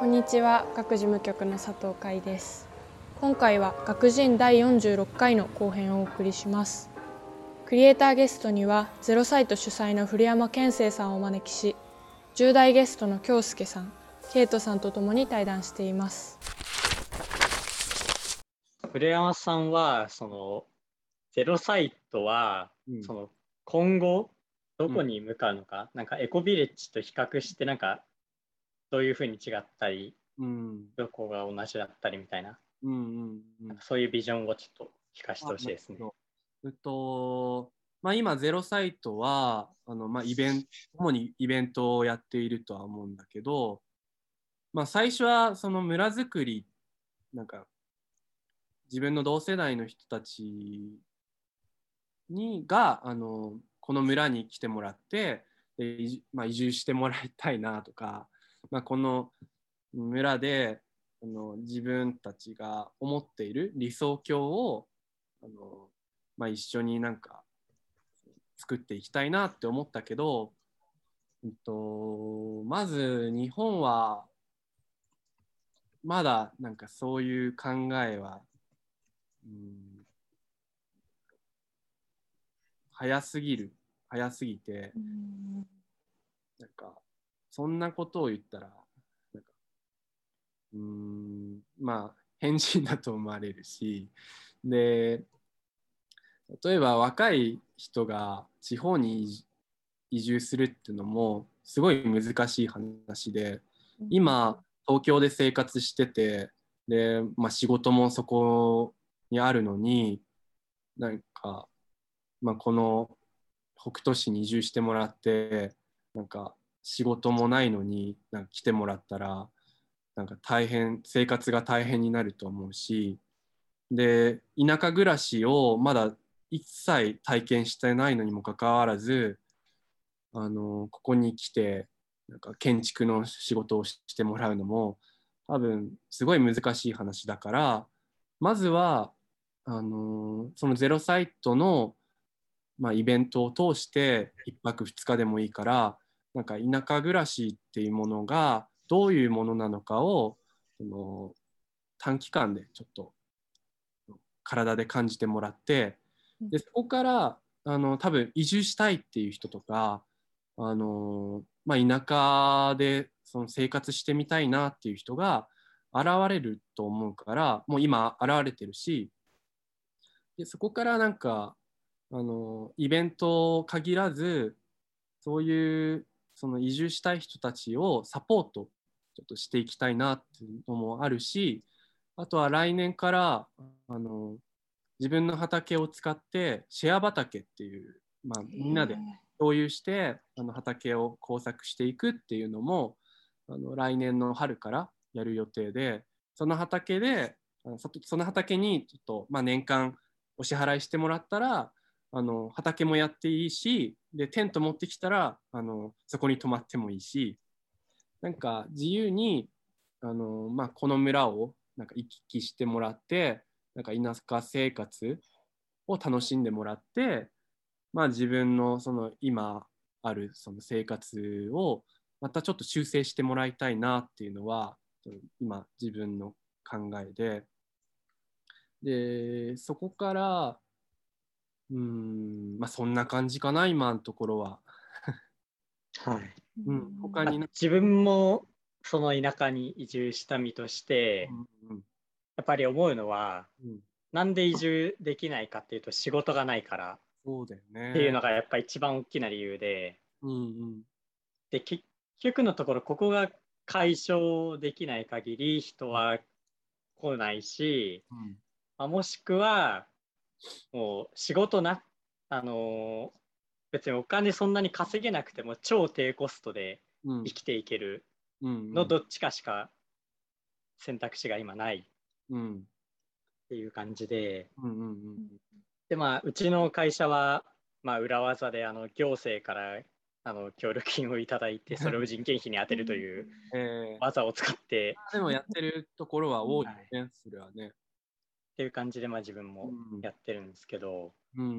んにちは、学事務局の佐藤海です。今回は学人第46回の後編をお送りします。クリエイターゲストにはゼロサイト主催の古山健生さんをお招きし、10代ゲストの京介さん、ケイトさんとともに対談しています。 古山さんはゼロサイトは、今後どこに向かうのか、なんかエコビレッジと比較してなんかどういうふうに違ったり、どこが同じだったりみたいな、そういうビジョンをちょっと聞かせてほしいですね。 今ゼロサイトは主にイベントをやっているとは思うんだけど、最初はその村づくり、なんか自分の同世代の人たちがこの村に来てもらって移住してもらいたいなとか、この村で自分たちが思っている理想郷を一緒になんか作っていきたいなって思ったけど、まず日本はまだなんかそういう考えは、早すぎて、なんかそんなことを言ったら変人だと思われるし、で例えば若い人が地方に移住するっていうのもすごい難しい話で、今東京で生活してて、で、仕事もそこにあるのに、なんか、この北杜市に移住してもらって、なんか仕事もないのになんか来てもらったら、なんか生活が大変になると思うし、で田舎暮らしをまだ一切体験してないのにもかかわらず、ここに来てなんか建築の仕事をしてもらうのも多分すごい難しい話だから、まずはそのゼロサイトの、イベントを通して1泊2日でもいいから、なんか田舎暮らしっていうものがどういうものなのかを短期間でちょっと体で感じてもらって、でそこから多分移住したいっていう人とか、田舎でその生活してみたいなっていう人が現れると思うから、もう今現れてるし、でそこからなんかイベントを限らず、そういうその移住したい人たちをサポートちょっとしていきたいなっていうのもあるし、あとは来年から自分の畑を使ってシェア畑っていう、みんなで共有して畑を工作していくっていうのも来年の春からやる予定で、その畑にちょっと、年間お支払いしてもらったら畑もやっていいし、でテント持ってきたらそこに泊まってもいいし、なんか自由にこの村をなんか行き来してもらって、なんか田舎生活を楽しんでもらって、自分のその今あるその生活をまたちょっと修正してもらいたいなっていうのは今自分の考えで、そこからそんな感じかな今のところは。 はい。 他に自分もその田舎に移住した身として、やっぱり思うのは、なんで移住できないかっていうと仕事がないからっていうのがやっぱり一番大きな理由で、で結局のところここが解消できない限り人は来ないし、もしくはもう仕事別にお金そんなに稼げなくても超低コストで生きていけるのどっちかしか選択肢が今ないっていう感じで、でうちの会社は裏技で行政から協力金をいただいて、それを人件費に充てるという技を使ってでもやってるところは多いね、それはね。 っていう感じで自分もやってるんですけど、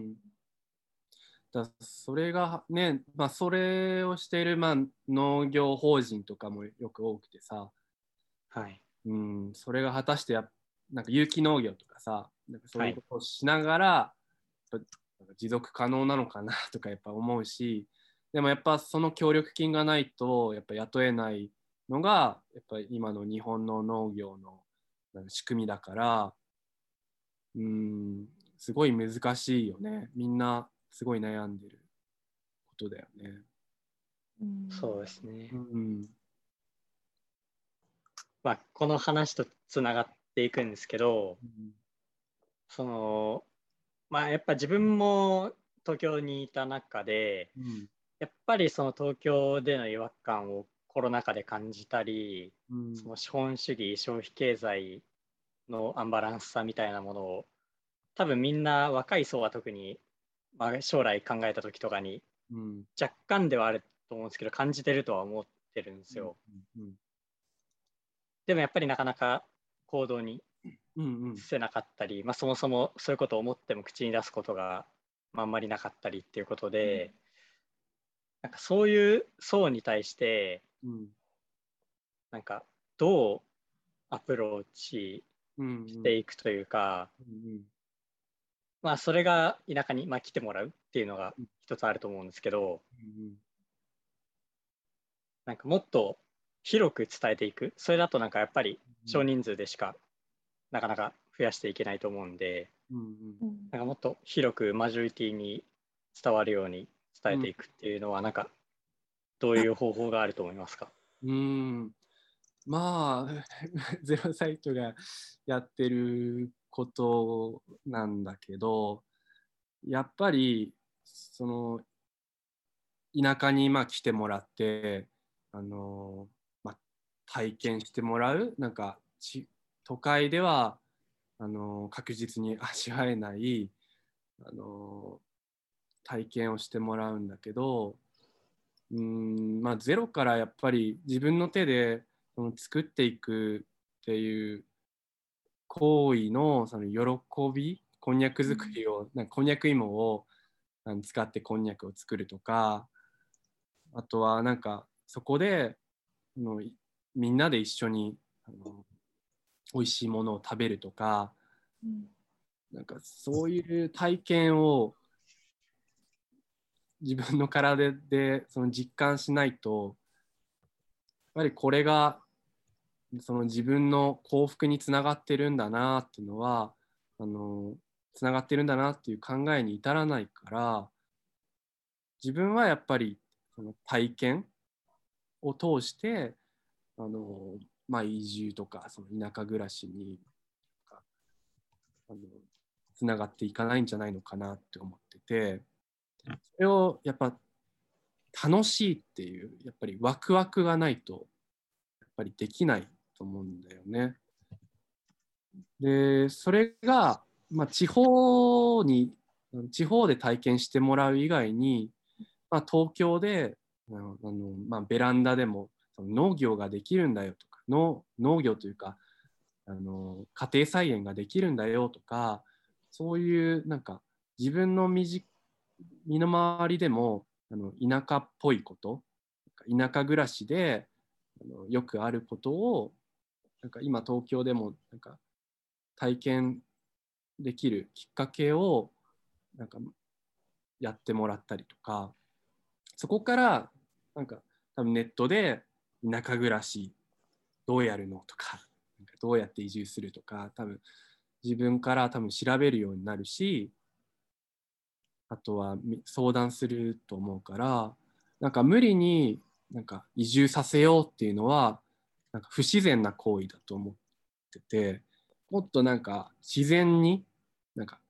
それがね、それをしている農業法人とかもよく多くてさ、 はい。 それが果たしてなんか有機農業とかさ、なんかそういうことをしながら、持続可能なのかなとかやっぱ思うし、でもやっぱその協力金がないとやっぱ雇えないのがやっぱり今の日本の農業の仕組みだから、すごい難しいよね。みんなすごい悩んでることだよね。 そうですね。まあ、この話とつながっていくんですけど、まあ、やっぱ自分も東京にいた中で、やっぱりその東京での違和感をコロナ禍で感じたり、その資本主義消費経済のアンバランスさみたいなものを多分みんな若い層は特に、まあ、将来考えた時とかに若干ではあると思うんですけど感じてるとは思ってるんですよ。でもやっぱりなかなか行動に移せなかったり、まあ、そもそもそういうことを思っても口に出すことが、まあんまりなかったりっていうことで、なんかそういう層に対して、なんかどうアプローチしていくというか、まあそれが田舎に、まあ、来てもらうっていうのが一つあると思うんですけど、なんかもっと広く伝えていく。それだとなんかやっぱり少人数でしかなかなか増やしていけないと思うんで、なんかもっと広くマジョリティに伝わるように伝えていくっていうのはなんかどういう方法があると思いますか？ まあゼロサイトがやってることなんだけど、やっぱりその田舎にまあ来てもらってまあ、体験してもらう、なんか都会では確実に味わえない体験をしてもらうんだけど、まあ、ゼロからやっぱり自分の手でその作っていくっていう行為のその喜び、こんにゃく作りを、なんかこんにゃく芋を使ってこんにゃくを作るとか、あとはなんかそこでみんなで一緒に美味しいものを食べるとか、なんかそういう体験を自分の体でその実感しないと、やっぱりこれがその自分の幸福につながってるんだなっていうのはつながってるんだなっていう考えに至らないから、自分はやっぱりその体験を通してまあ、移住とかその田舎暮らしにつながっていかないんじゃないのかなって思ってて、それをやっぱ楽しいっていうやっぱりワクワクがないとやっぱりできないと思うんだよね。でそれが、まあ、地方で体験してもらう以外に、まあ、東京でまあ、ベランダでもその農業ができるんだよとか農業というか家庭菜園ができるんだよとか、そういうなんか自分の身の回りでも田舎っぽいこと、田舎暮らしでよくあることをなんか今東京でもなんか体験できるきっかけをなんかやってもらったりとか、そこからなんか多分ネットで田舎暮らしどうやるのとか、なんかどうやって移住するとか、多分自分から多分調べるようになるし、あとは相談すると思うから、なんか無理になんか移住させようっていうのはなんか不自然な行為だと思ってて、もっとなんか自然になんか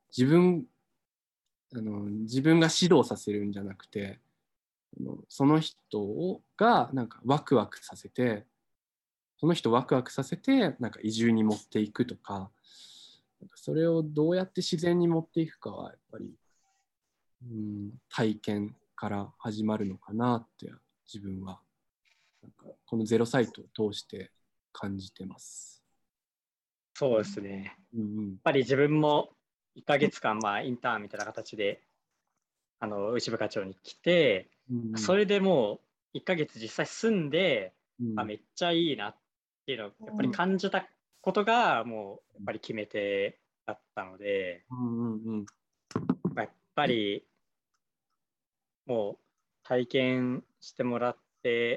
自分が指導させるんじゃなくて、その人がなんかワクワクさせて、その人ワクワクさせてなんか移住に持っていくとか、それをどうやって自然に持っていくかはやっぱり、体験から始まるのかなって自分はなんかこのゼロサイトを通して感じてます。 そうですね。やっぱり自分も1ヶ月間まあインターンみたいな形で牛深町に来て、それでもう1ヶ月実際住んで、めっちゃいいなっっていうのをやっぱり感じたことがもうやっぱり決め手だったので、やっぱりもう体験してもらって、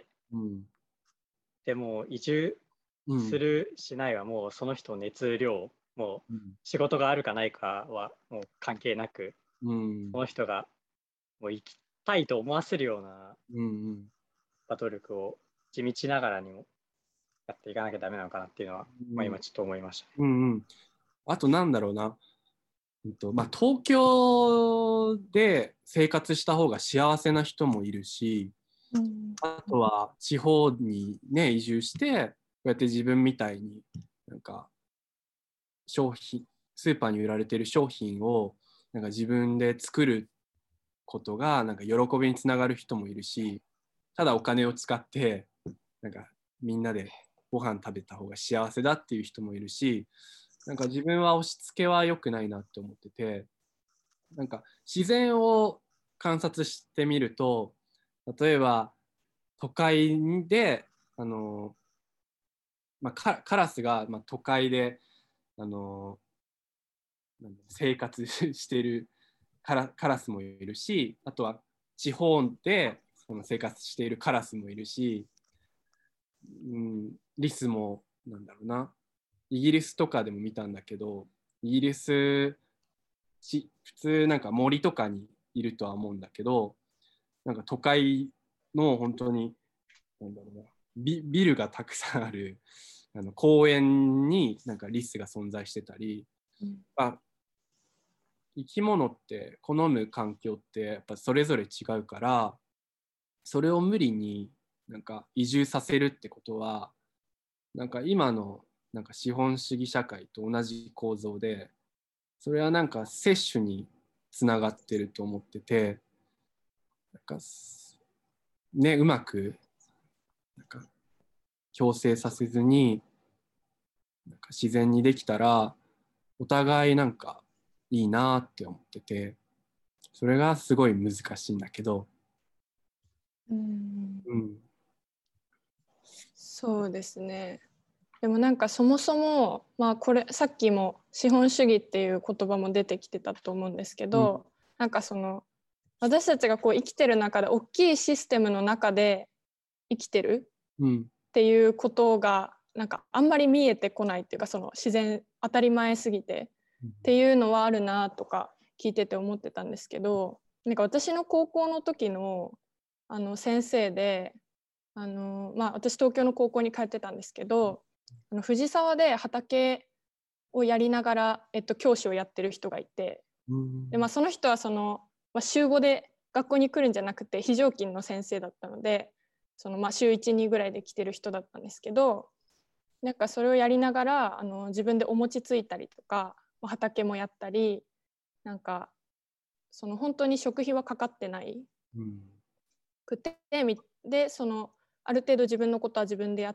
でも移住するしないはもうその人の熱量、もう仕事があるかないかはもう関係なく、その人がもう行きたいと思わせるような努力を地道ながらにもやっていかなきゃダメなのかなっていうのは、今ちょっと思いましたね。 あとなんだろうな、東京で生活した方が幸せな人もいるし、あとは地方にね移住してこうやって自分みたいになんか商品スーパーに売られてる商品をなんか自分で作ることがなんか喜びにつながる人もいるし、ただお金を使ってなんかみんなでご飯食べた方が幸せだっていう人もいるし、なんか自分は押し付けは良くないなって思ってて、なんか自然を観察してみると、例えば都会でカラスが都会で生活しているカラスもいるし、あとは地方で生活しているカラスもいるし、リスもなんだろうな、イギリスとかでも見たんだけど、イギリス普通なんか森とかにいるとは思うんだけど、なんか都会の本当になんだろうな、ビルがたくさんある公園になんかリスが存在してたり、生き物って好む環境ってやっぱそれぞれ違うから、それを無理になんか移住させるってことはなんか今のなんか資本主義社会と同じ構造で、それはなんか摂取につながってると思ってて、なんかね、うまくなんか強制させずになんか自然にできたらお互いなんかいいなって思ってて、それがすごい難しいんだけど、 そうですね。でもなんかそもそも、これさっきも資本主義っていう言葉も出てきてたと思うんですけど、なんか私たちがこう生きてる中で大きいシステムの中で生きてるっていうことがなんかあんまり見えてこないっていうか、自然当たり前すぎてっていうのはあるなとか聞いてて思ってたんですけど、なんか私の高校の時の先生で私東京の高校に通ってたんですけど、藤沢で畑をやりながら、教師をやってる人がいて、で、その人は週5で学校に来るんじゃなくて非常勤の先生だったので、週1、2ぐらいで来てる人だったんですけど、なんかそれをやりながら自分でお餅ついたりとか畑もやったり、なんか本当に食費はかかってないくて、である程度自分のことは自分でやって、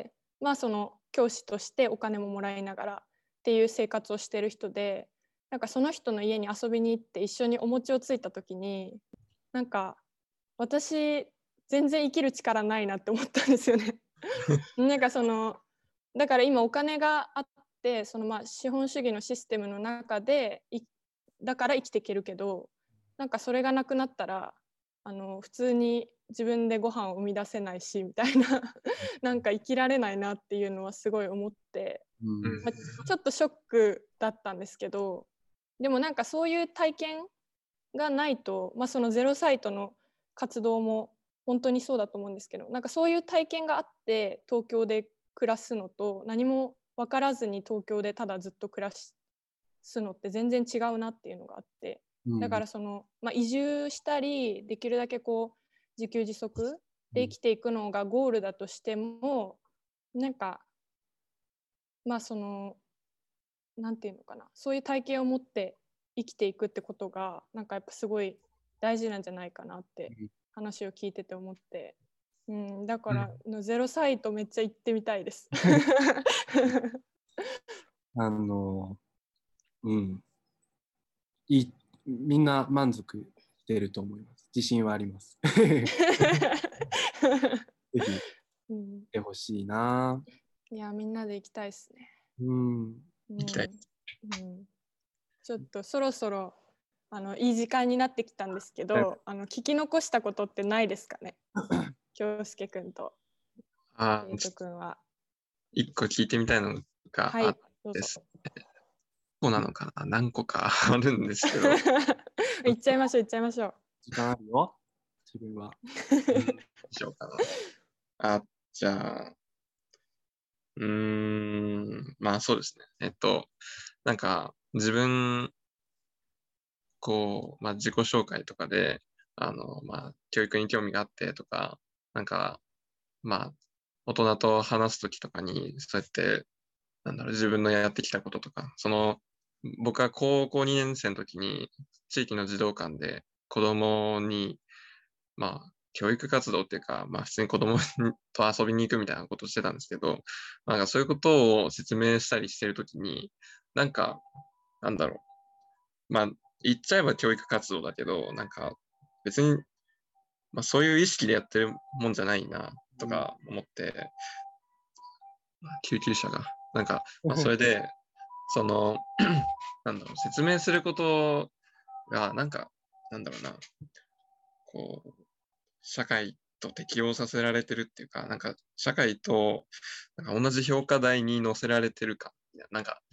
教師としてお金ももらいながらっていう生活をしてる人で、なんかその人の家に遊びに行って一緒にお餅をついた時に、なんか私全然生きる力ないなって思ったんですよね。なんかだから今お金があって資本主義のシステムの中でだから生きていけるけど、なんかそれがなくなったら普通に自分でご飯を生み出せないしみたいななんか生きられないなっていうのはすごい思って、ちょっとショックだったんですけど、でもなんかそういう体験がないと、そのゼロサイトの活動も本当にそうだと思うんですけど、なんかそういう体験があって東京で暮らすのと、何も分からずに東京でただずっと暮らすのって全然違うなっていうのがあって、だから移住したりできるだけこう自給自足で生きていくのがゴールだとしても、なんかなんていうのかな、そういう体験を持って生きていくってことがなんかやっぱすごい大事なんじゃないかなって話を聞いてて思って、だからゼロサイトめっちゃ行ってみたいです。 みんな満足していると思います。自信はあります。ぜひ来てほしいな。 いや、みんなで行きたいですね。 行きたい。 ちょっとそろそろいい時間になってきたんですけど、聞き残したことってないですかね。京介くんと瑛斗くんは。 一個聞いてみたいのがあってですね。そうなのかな、何個かあるんですけど。 行っちゃいましょう。時間あるよ、自分は。 しようかな。じゃあ、まあそうですね。なんか自分、まあ自己紹介とかで、まあ教育に興味があってとか、なんか、まあ大人と話すときとかに、そうやって、自分のやってきたこととか、僕は高校2年生の時に地域の児童館で子供に、まあ、教育活動っていうか、まあ普通に子供と遊びに行くみたいなことをしてたんですけど、なんかそういうことを説明したりしてるときに、なんか、まあ言っちゃえば教育活動だけど、なんか別に、まあそういう意識でやってるもんじゃないなとか思って、救急車が、なんか、まあそれで、説明することが、社会と適応させられてるっていうか、なんか、社会と、同じ評価台に乗せられてるか、なんか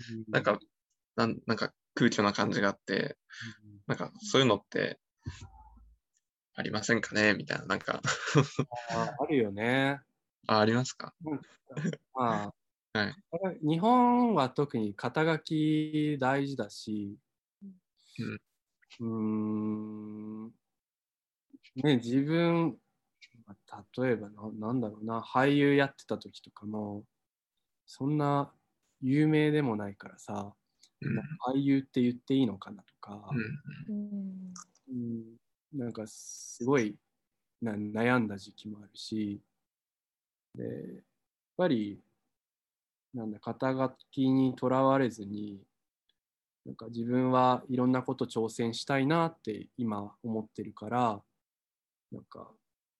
空虚な感じがあって、なんか、そういうのって、ありませんかねみたいな、なんかあるよね。 ありますか？ はい。 日本は特に肩書き大事だし、ね、自分、例えばなんだろうな、俳優やってた時とかも、そんな有名でもないからさ、俳優って言っていいのかなとか、なんかすごい悩んだ時期もあるし、で、やっぱり、肩書きにとらわれずに、なんか自分はいろんなこと挑戦したいなって今思ってるから、なんか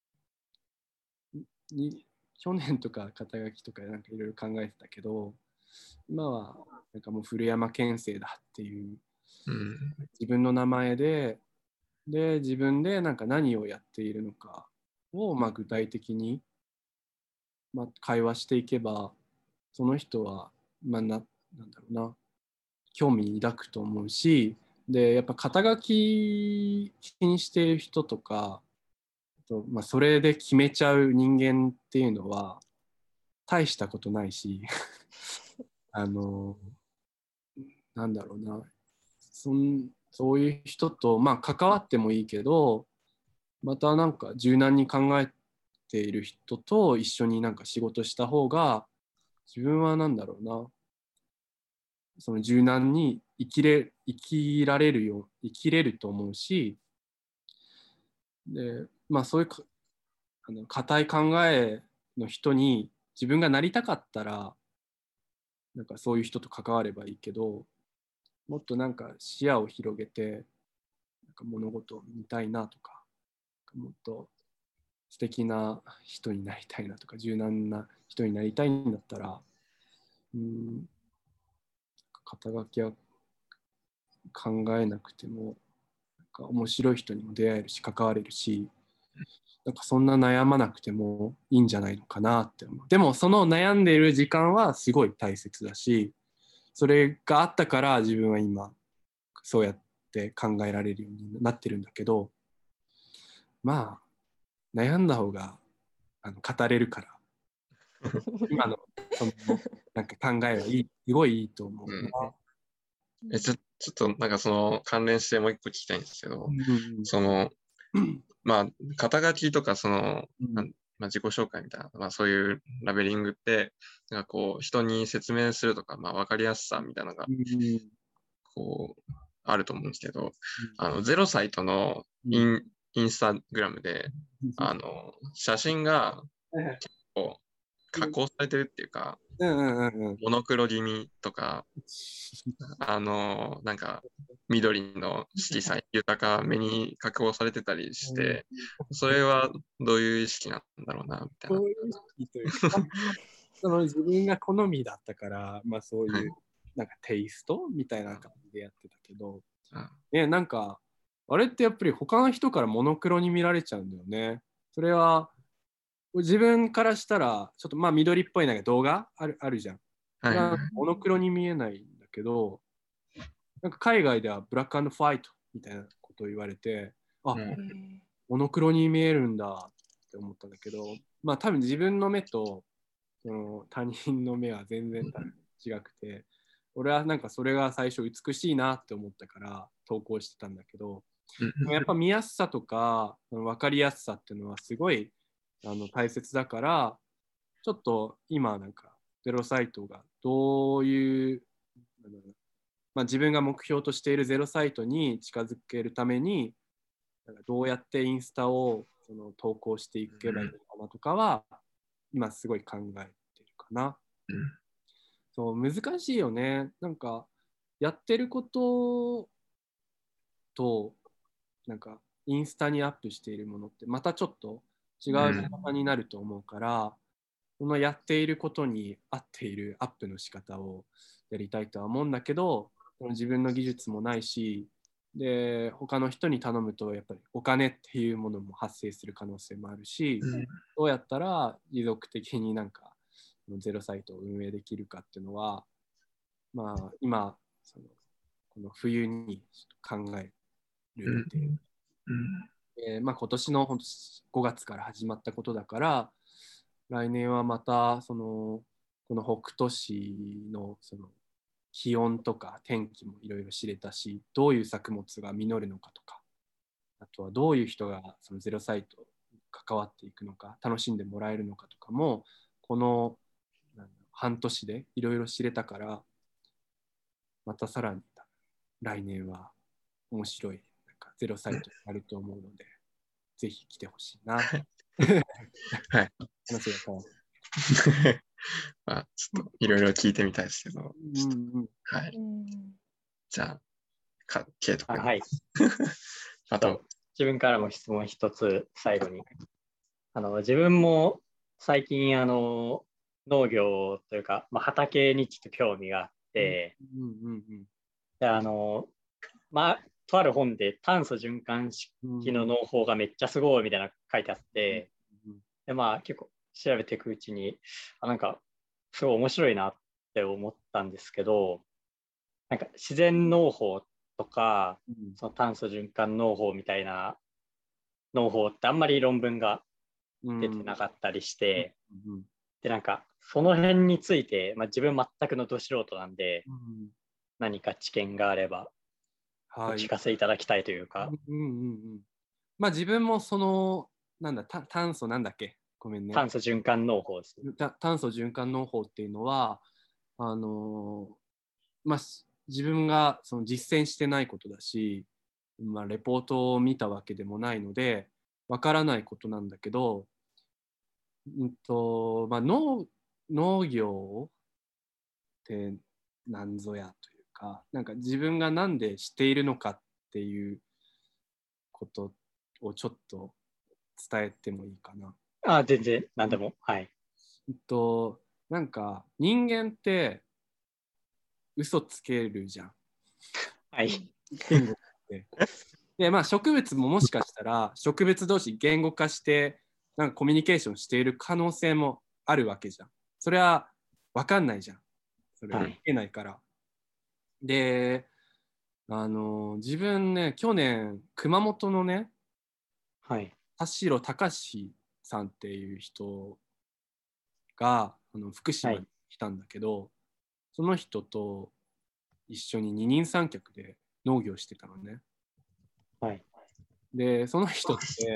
去年とか肩書きとかなんかいろいろ考えてたけど、今はなんかもう古山県政だっていう、自分の名前で自分でなんか何をやっているのかをまあ具体的にまあ会話していけば、その人はまあなんだろうな、興味抱くと思うし、でやっぱ肩書き気にしている人とか、まあ、それで決めちゃう人間っていうのは大したことないしなんだろうな、そういう人とまあ関わってもいいけど、またなんか柔軟に考えている人と一緒になんか仕事した方が、自分はなんだろうな、その柔軟に生きれると思うし、でまあそういう固い考えの人に自分がなりたかったら、なんかそういう人と関わればいいけど、もっとなんか視野を広げて、なんか物事を見たいなとか、もっと素敵な人になりたいなとか、柔軟な人になりたいんだったら、肩書きは考えなくても、なんか面白い人にも出会えるし、関われるし、なんかそんな悩まなくてもいいんじゃないのかなって思う。でもその悩んでいる時間はすごい大切だし、それがあったから自分は今そうやって考えられるようになってるんだけど、まあ悩んだ方が語れるから今のそのなんか考えはいい、すごいいいと思う。 ちょっとなんかその関連してもう一個聞きたいんですけど、まあ肩書きとかまあ、自己紹介みたいな、まあ、そういうラベリングってなんかこう人に説明するとか、まあ、分かりやすさみたいなのがこうあると思うんですけど、0サイトのインスタグラムで写真が結構加工されてるっていうか、モノクロ気味とか、なんか緑の色彩豊かめに加工されてたりして、それはどういう意識なんだろうなみたいな。 その自分が好みだったから、まあそういうなんかテイストみたいな感じでやってたけど、ね、なんかあれってやっぱり他の人からモノクロに見られちゃうんだよね。それは自分からしたらちょっとまあ緑っぽいなんか動画あるじゃん。モノクロに見えないんだけど、なんか海外ではブラック&ファイトみたいなことを言われて、あ、モノクロに見えるんだって思ったんだけど、まあ多分自分の目とその他人の目は全然違くて、俺はなんかそれが最初美しいなって思ったから投稿してたんだけど、やっぱ見やすさとか分かりやすさっていうのはすごい大切だから、ちょっと今なんかゼロサイトがどういうまあ、自分が目標としているゼロサイトに近づけるためにどうやってインスタをその投稿していけばいいのかなとかは今すごい考えてるかな。そう難しいよね。なんかやってることとなんかインスタにアップしているものってまたちょっと違うやり方になると思うから、このやっていることに合っているアップの仕方をやりたいとは思うんだけど、自分の技術もないし、で他の人に頼むとやっぱりお金っていうものも発生する可能性もあるし、どうやったら持続的になんかゼロサイトを運営できるかっていうのは、まあ今この冬に考える予定。まあ今年の5月から始まったことだから、来年はまたこの北斗市の気温とか天気もいろいろ知れたし、どういう作物が実るのかとか、あとはどういう人がそのゼロサイトに関わっていくのか、楽しんでもらえるのかとかも、この半年でいろいろ知れたから、またさらに来年は面白いなんかゼロサイトになると思うので、ぜひ来てほしいな。はい。話が変わる。 まあ、ちょっといろいろ聞いてみたいですけど、はい。じゃあ、ケイト君。 はい。 あと、 自分からも質問一つ最後に。自分も最近農業というか、まあ、畑にちょっと興味があって、でまあ、とある本で炭素循環式の農法がめっちゃすごいみたいなの書いてあって、でまあ結構調べていくうちになんかすごい面白いなって思ったんですけど、なんか自然農法とか、その炭素循環農法みたいな農法ってあんまり論文が出てなかったりして、でなんかその辺について、まあ、自分全くのど素人なんで、何か知見があればお聞かせいただきたいというか。 まあ自分もなんだ炭素なんだっけ、ごめんね。 炭素循環農法ですね。 炭素循環農法っていうのはまあ自分が実践してないことだし、まあ、レポートを見たわけでもないのでわからないことなんだけど、まあ、農業って何ぞやというか、なんか自分がなんでしているのかっていうことをちょっと伝えてもいいかな。 全然何でも。はい。 なんか人間って嘘つけるじゃん。 はい。 言語ってで、まあ植物ももしかしたら植物同士言語化してなんかコミュニケーションしている可能性もあるわけじゃん。それは分かんないじゃん。それは言えないから。で、自分ね、去年熊本のね、田代隆さんっていう人が福島に来たんだけど、その人と一緒に二人三脚で農業してたのね。で、その人って、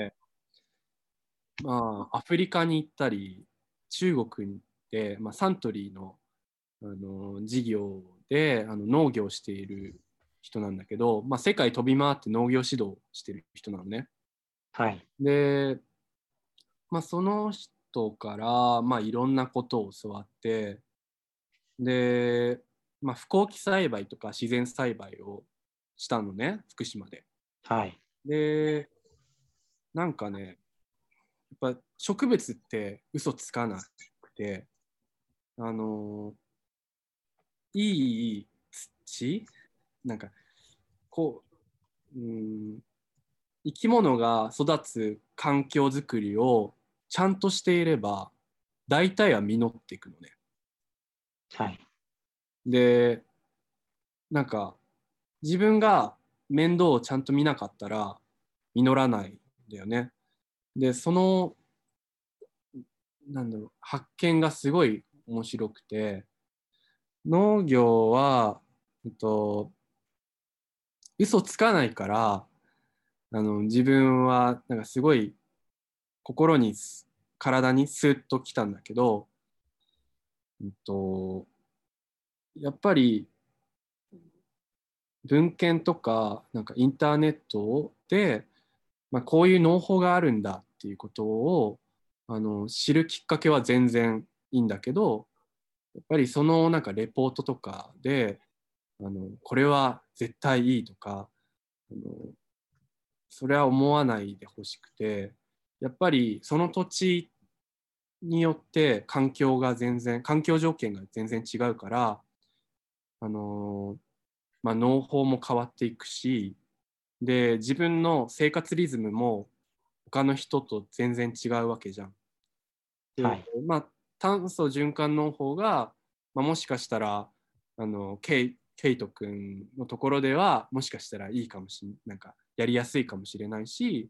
まあ、アフリカに行ったり、中国で、まあ、サントリーの、事業で農業をしている人なんだけど、まあ、世界飛び回って農業指導してる人なのね。で、まあ、その人から、まあ、いろんなことを教わって、で、まあ、不耕起栽培とか自然栽培をしたのね、福島で。で、なんかね、やっぱ植物って嘘つかなくて、 いい土、なんかこう、生き物が育つ環境づくりをちゃんとしていれば大体は実っていくのね。 はい。 で、なんか自分が面倒をちゃんと見なかったら実らないんだよね。で、その発見がすごい面白くて、農業は、嘘つかないから、自分はなんかすごい心に体にスッときたんだけど、やっぱり文献とかなんかインターネットで、こういう農法があるんだっていうことを知るきっかけは全然いいんだけど、やっぱりそのなんかレポートとかでこれは絶対いいとかそれは思わないでほしくて、やっぱりその土地によって環境条件が全然違うから、農法も変わっていくし、で自分の生活リズムも他の人と全然違うわけじゃん。で、 はい、 炭素循環農法が、もしかしたらケイト君のところではもしかしたらいいかもしれない、なんかやりやすいかもしれないし、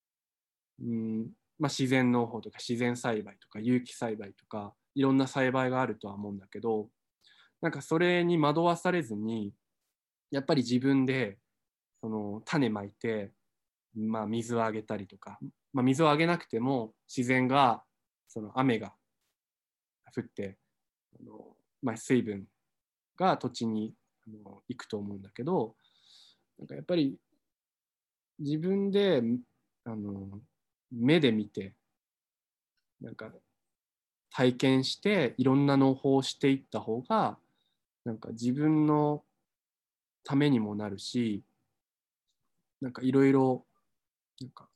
自然農法とか自然栽培とか有機栽培とかいろんな栽培があるとは思うんだけど、なんかそれに惑わされずにやっぱり自分でその種まいて、水をあげたりとか、水をあげなくても自然がその雨が降って水分が土地に行くと思うんだけど、なんかやっぱり自分で目で見てなんか体験していろんな農法をしていった方がなんか自分のためにもなるし、なんかいろいろなんか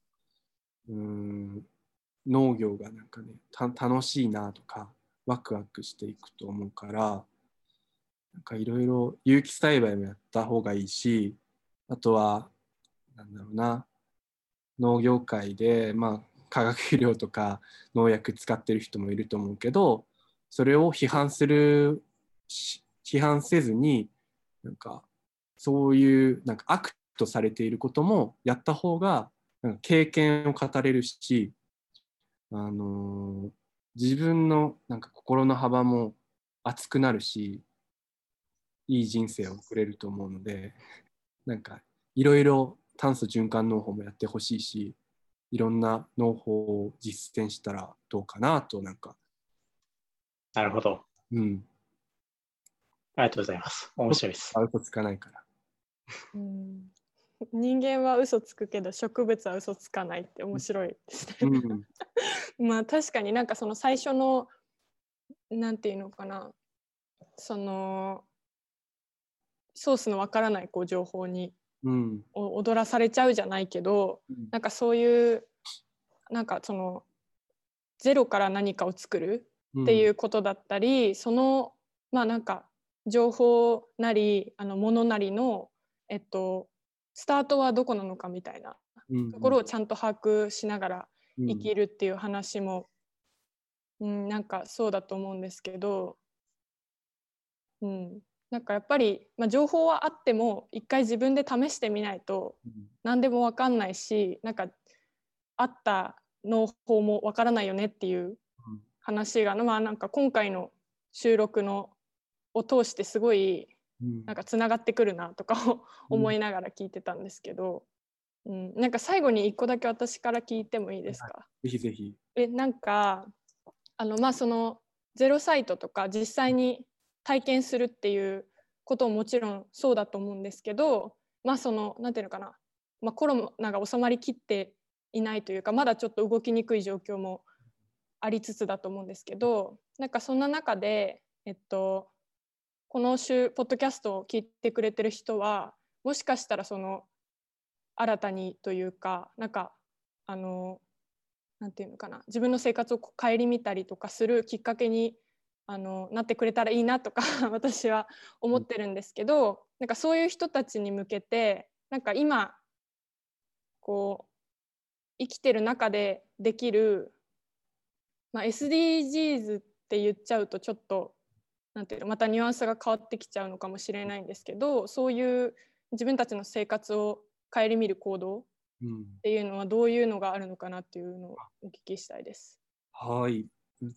農業がなんかね楽しいなとかワクワクしていくと思うから、なんかいろいろ有機栽培もやった方がいいし、あとはなんだろうな、農業界で化学肥料とか農薬使ってる人もいると思うけど、それを批判せずになんかそういうなんか悪とされていることもやった方がなんか経験を語れるし、自分のなんか心の幅も厚くなるし、いい人生を送れると思うので、なんかいろいろ炭素循環農法もやってほしいし、いろんな農法を実践したらどうかなとなんか。 なるほど。 うん。 ありがとうございます。面白いです。 嘘つかないから。 人間は嘘つくけど植物は嘘つかないって面白いですね。確かになんかその最初のなんていうのかな、そのソースのわからない情報に踊らされちゃうじゃないけど、なんかそういうなんかそのゼロから何かを作るっていうことだったり、そのなんか情報なりものなりのスタートはどこなのかみたいなところをちゃんと把握しながら生きるっていう話も、なんかそうだと思うんですけど、なんかやっぱり、情報はあっても一回自分で試してみないと何でも分かんないし、なんかあった農法も分からないよねっていう話が、なんか今回の収録のを通してすごいなんかつながってくるなとかを思いながら聞いてたんですけど、なんか最後に1個だけ私から聞いてもいいですか？ ぜひぜひ。 なんかそのゼロサイトとか実際に体験するっていうことももちろんそうだと思うんですけど、そのなんていうのかな、コロナが収まりきっていないというか、まだちょっと動きにくい状況もありつつだと思うんですけど、なんかそんな中で、このポッドキャストを聞いてくれてる人はもしかしたらその新たにというか、なんかなんていうのかな、自分の生活を顧みたりとかするきっかけになってくれたらいいなとか私は思ってるんですけど、なんかそういう人たちに向けてなんか今こう生きてる中でできる、SDGs って言っちゃうとちょっとなんていうのまたニュアンスが変わってきちゃうのかもしれないんですけど、そういう自分たちの生活を顧みる行動っていうのはどういうのがあるのかなっていうのをお聞きしたいです。 はい。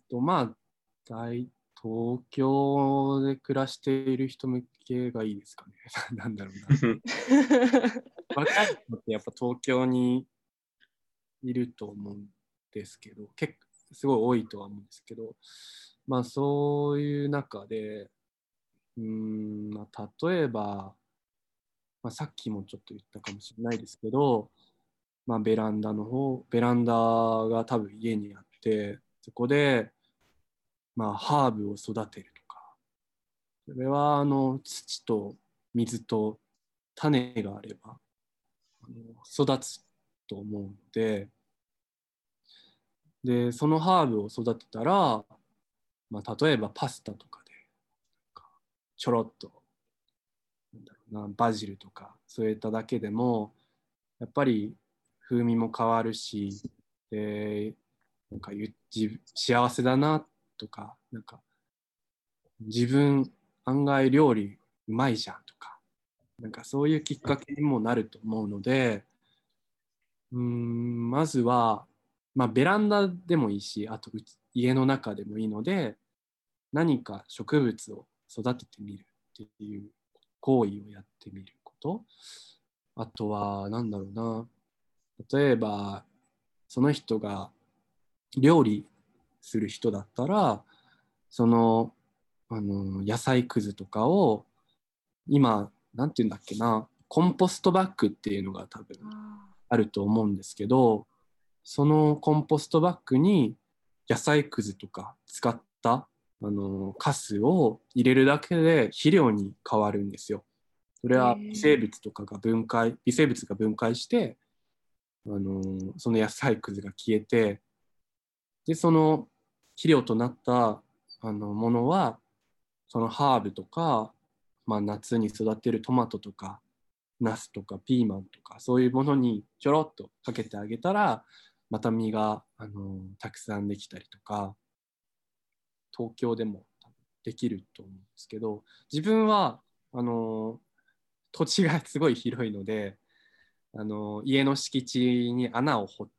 東京で暮らしている人向けがいいですかね。なんだろうな。若い人ってやっぱ東京にいると思うんですけど、結構すごい多いとは思うんですけど、そういう中で、例えば、さっきもちょっと言ったかもしれないですけど、ベランダが多分家にあって、そこで、ハーブを育てるとか、それは土と水と種があれば育つと思うので、そのハーブを育てたら、例えばパスタとかでちょろっとバジルとか添えただけでもやっぱり風味も変わるし、なんか幸せだなとか、なんか自分案外料理うまいじゃんとか、なんかそういうきっかけにもなると思うので、まずは、ベランダでもいいし、あと家の中でもいいので、何か植物を育ててみるっていう行為をやってみること。あとは、なんだろうな。例えば、その人が料理する人だったら、野菜くずとかを、今、なんていうんだっけな、コンポストバッグっていうのが多分あると思うんですけど、そのコンポストバッグに野菜くずとか使ったカスを入れるだけで肥料に変わるんですよ。それは微生物が分解して、その野菜くずが消えて、でその肥料となったものはそのハーブとか、夏に育てるトマトとかナスとかピーマンとかそういうものにちょろっとかけてあげたらまた実が、たくさんできたりとか、東京でもできると思うんですけど、自分は土地がすごい広いので、家の敷地に穴を掘って、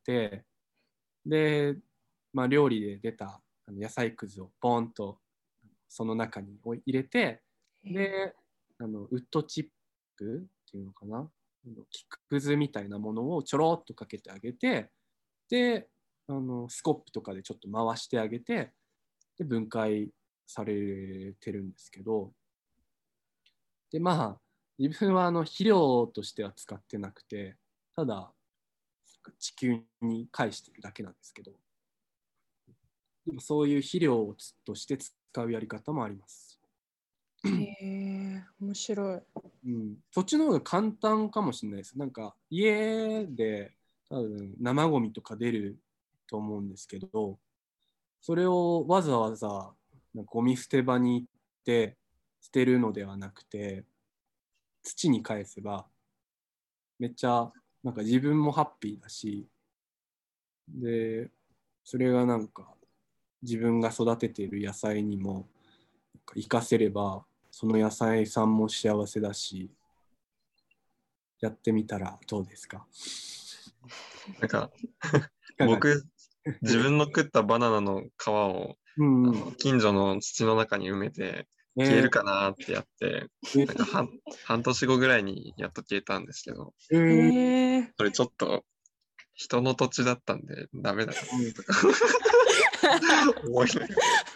で、料理で出た野菜くずをボンとその中に入れて、でウッドチップっていうのかな、木くずみたいなものをちょろっとかけてあげて、でスコップとかでちょっと回してあげて、で分解されてるんですけど、で自分は肥料としては使ってなくて、ただ地球に返してるだけなんですけど、でもそういう肥料として使うやり方もあります。 へえ、面白い。 そっちの方が簡単かもしれないです。なんか家で多分生ゴミとか出ると思うんですけど、それをわざわざゴミ捨て場に行って捨てるのではなくて、土に返せばめっちゃなんか自分もハッピーだし、でそれがなんか自分が育てている野菜にも活かせれば、その野菜さんも幸せだし、やってみたらどうですか？ なんか僕自分の食ったバナナの皮を、近所の土の中に埋めて消えるかなってやって、なんか半年後ぐらいにやっと消えたんですけど、それちょっと人の土地だったんでダメだなとか思いなが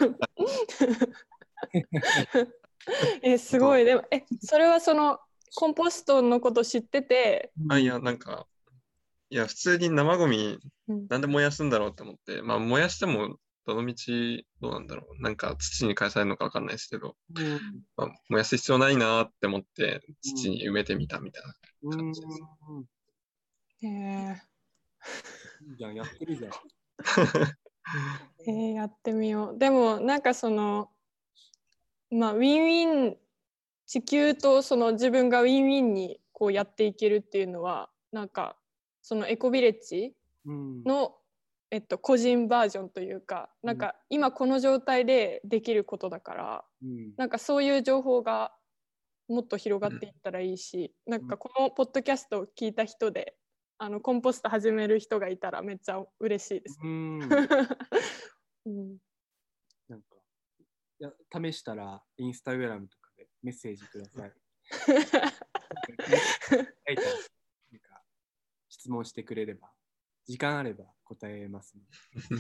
らすごい。でもそれはそのコンポストのこと知ってて、 いやなんか普通に生ゴミなんで燃やすんだろうって思って、燃やしてもどの道どうなんだろう、なんか土に返されるのか分かんないですけど、燃やす必要ないなって思って土に埋めてみたみたいな感じです。 へえ。 いいじゃん、やってるじゃん。 やってみよう。でもなんかそのまあウィンウィン、地球とその自分がウィンウィンにこうやっていけるっていうのはなんかそのエコビレッジの、個人バージョンというか、なんか今この状態でできることだから、なんかそういう情報がもっと広がっていったらいいし、なんかこのポッドキャストを聞いた人でコンポスト始める人がいたらめっちゃ嬉しいです。 なんか試したらインスタグラムとかでメッセージください。なんか質問してくれれば、時間あれば答えます、ね。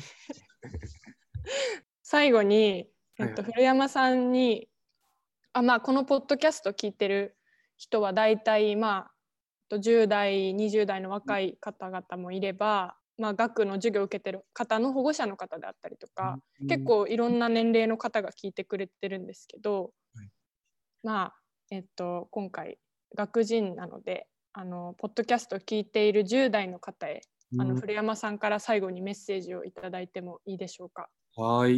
最後に、古山さんにまあ、このポッドキャスト聞いてる人はだいたいまあ10代20代の若い方々もいれば、まあ、学の授業を受けてる方の保護者の方であったりとか、結構いろんな年齢の方が聞いてくれてるんですけど、まあ今回学人なのでポッドキャストを聞いている10代の方へ古山さんから最後にメッセージをいただいてもいいでしょうか。 はい。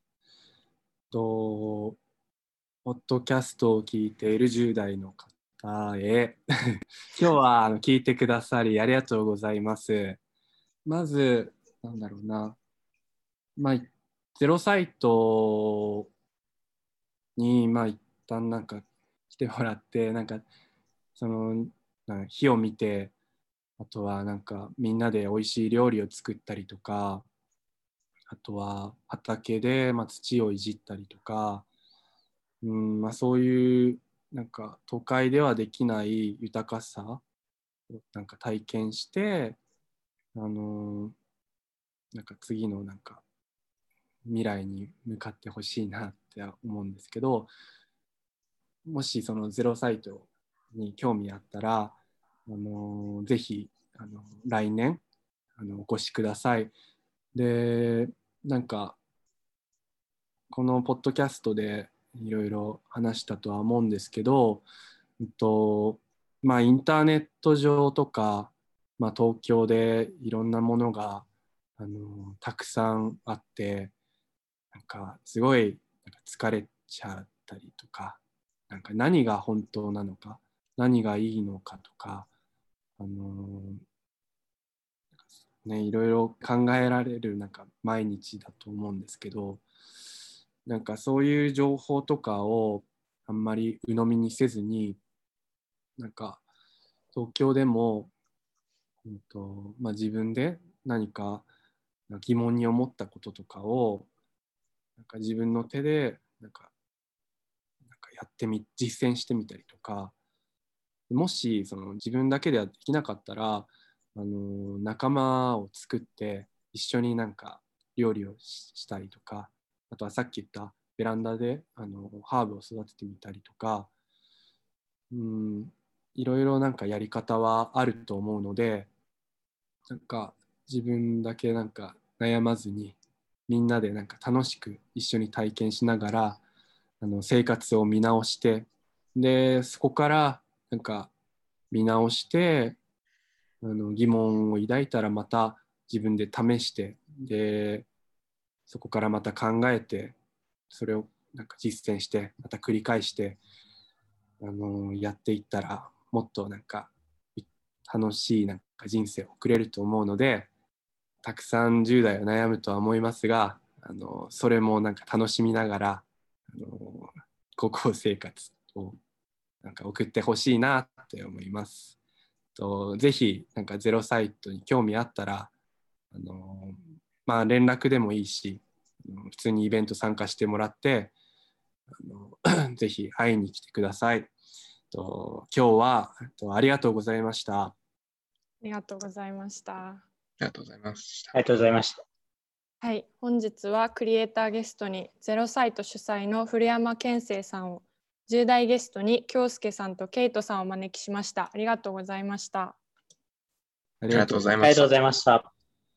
ポッドキャストを聞いている10代の方へ今日は聞いてくださりありがとうございます。まずなんだろうな、まあ0サイトに一旦なんか来てもらって、なんかその火を見て、あとはなんかみんなで美味しい料理を作ったりとか、あとは畑で土をいじったりとか、そういうなんか都会ではできない豊かさをなんか体験して、なんか次のなんか未来に向かってほしいなって思うんですけど、もしそのゼロサイトに興味あったら、ぜひ来年お越しください。で、なんかこのポッドキャストでいろいろ話したとは思うんですけど、インターネット上とか、東京でいろんなものがたくさんあって、なんかすごいなんか疲れちゃったりとか、なんか何が本当なのか、何がいいのかとか、いろいろ考えられるなんか毎日だと思うんですけど、なんかそういう情報とかをあんまり鵜呑みにせずに、なんか東京でも、自分で何か疑問に思ったこととかをなんか自分の手でなんかやって実践してみたりとか、もしその自分だけではできなかったら仲間を作って一緒になんか料理をしたりとか、あとはさっき言ったベランダでハーブを育ててみたりとか、いろいろなんかやり方はあると思うので、なんか自分だけなんか悩まずに、みんなでなんか楽しく一緒に体験しながら生活を見直して、でそこからなんか見直して疑問を抱いたらまた自分で試して、でそこからまた考えて、それをなんか実践してまた繰り返してやっていったら、もっとなんか楽しいなんか人生を送れると思うので、たくさん10代は悩むとは思いますが、それもなんか楽しみながら高校生活をなんか送ってほしいなって思います。ぜひなんかゼロサイトに興味あったら連絡でもいいし、普通にイベント参加してもらってぜひ会いに来てください。今日はありがとうございました。 ありがとうございました。 ありがとうございました。 ありがとうございました。 はい、本日はクリエイターゲストにゼロサイト主催の古山健生さんを、10代ゲストに京介さんとケイトさんをお招きしました。ありがとうございました。 ありがとうございました。ありがとうございました。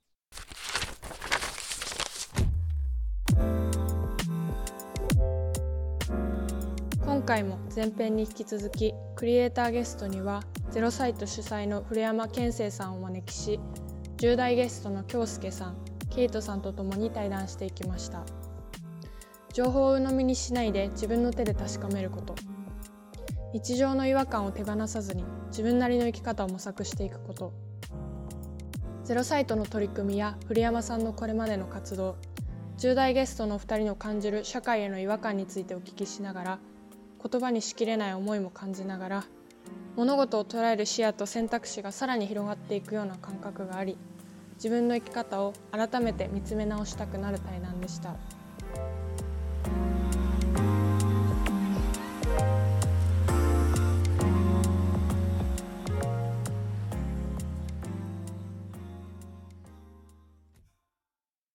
今回も前編に引き続き、クリエイターゲストにはゼロサイト主催の古山健生さんをお招きし、10代ゲストの京介さん、ケイトさんとともに対談していきました。 情報を鵜呑みにしないで自分の手で確かめること、日常の違和感を手放さずに自分なりの生き方を模索していくこと、ゼロサイトの取り組みや古山さんのこれまでの活動、10代ゲストの2人の感じる社会への違和感についてお聞きしながら、言葉にしきれない思いも感じながら、物事を捉える視野と選択肢がさらに広がっていくような感覚があり、自分の生き方を改めて見つめ直したくなる対談でした。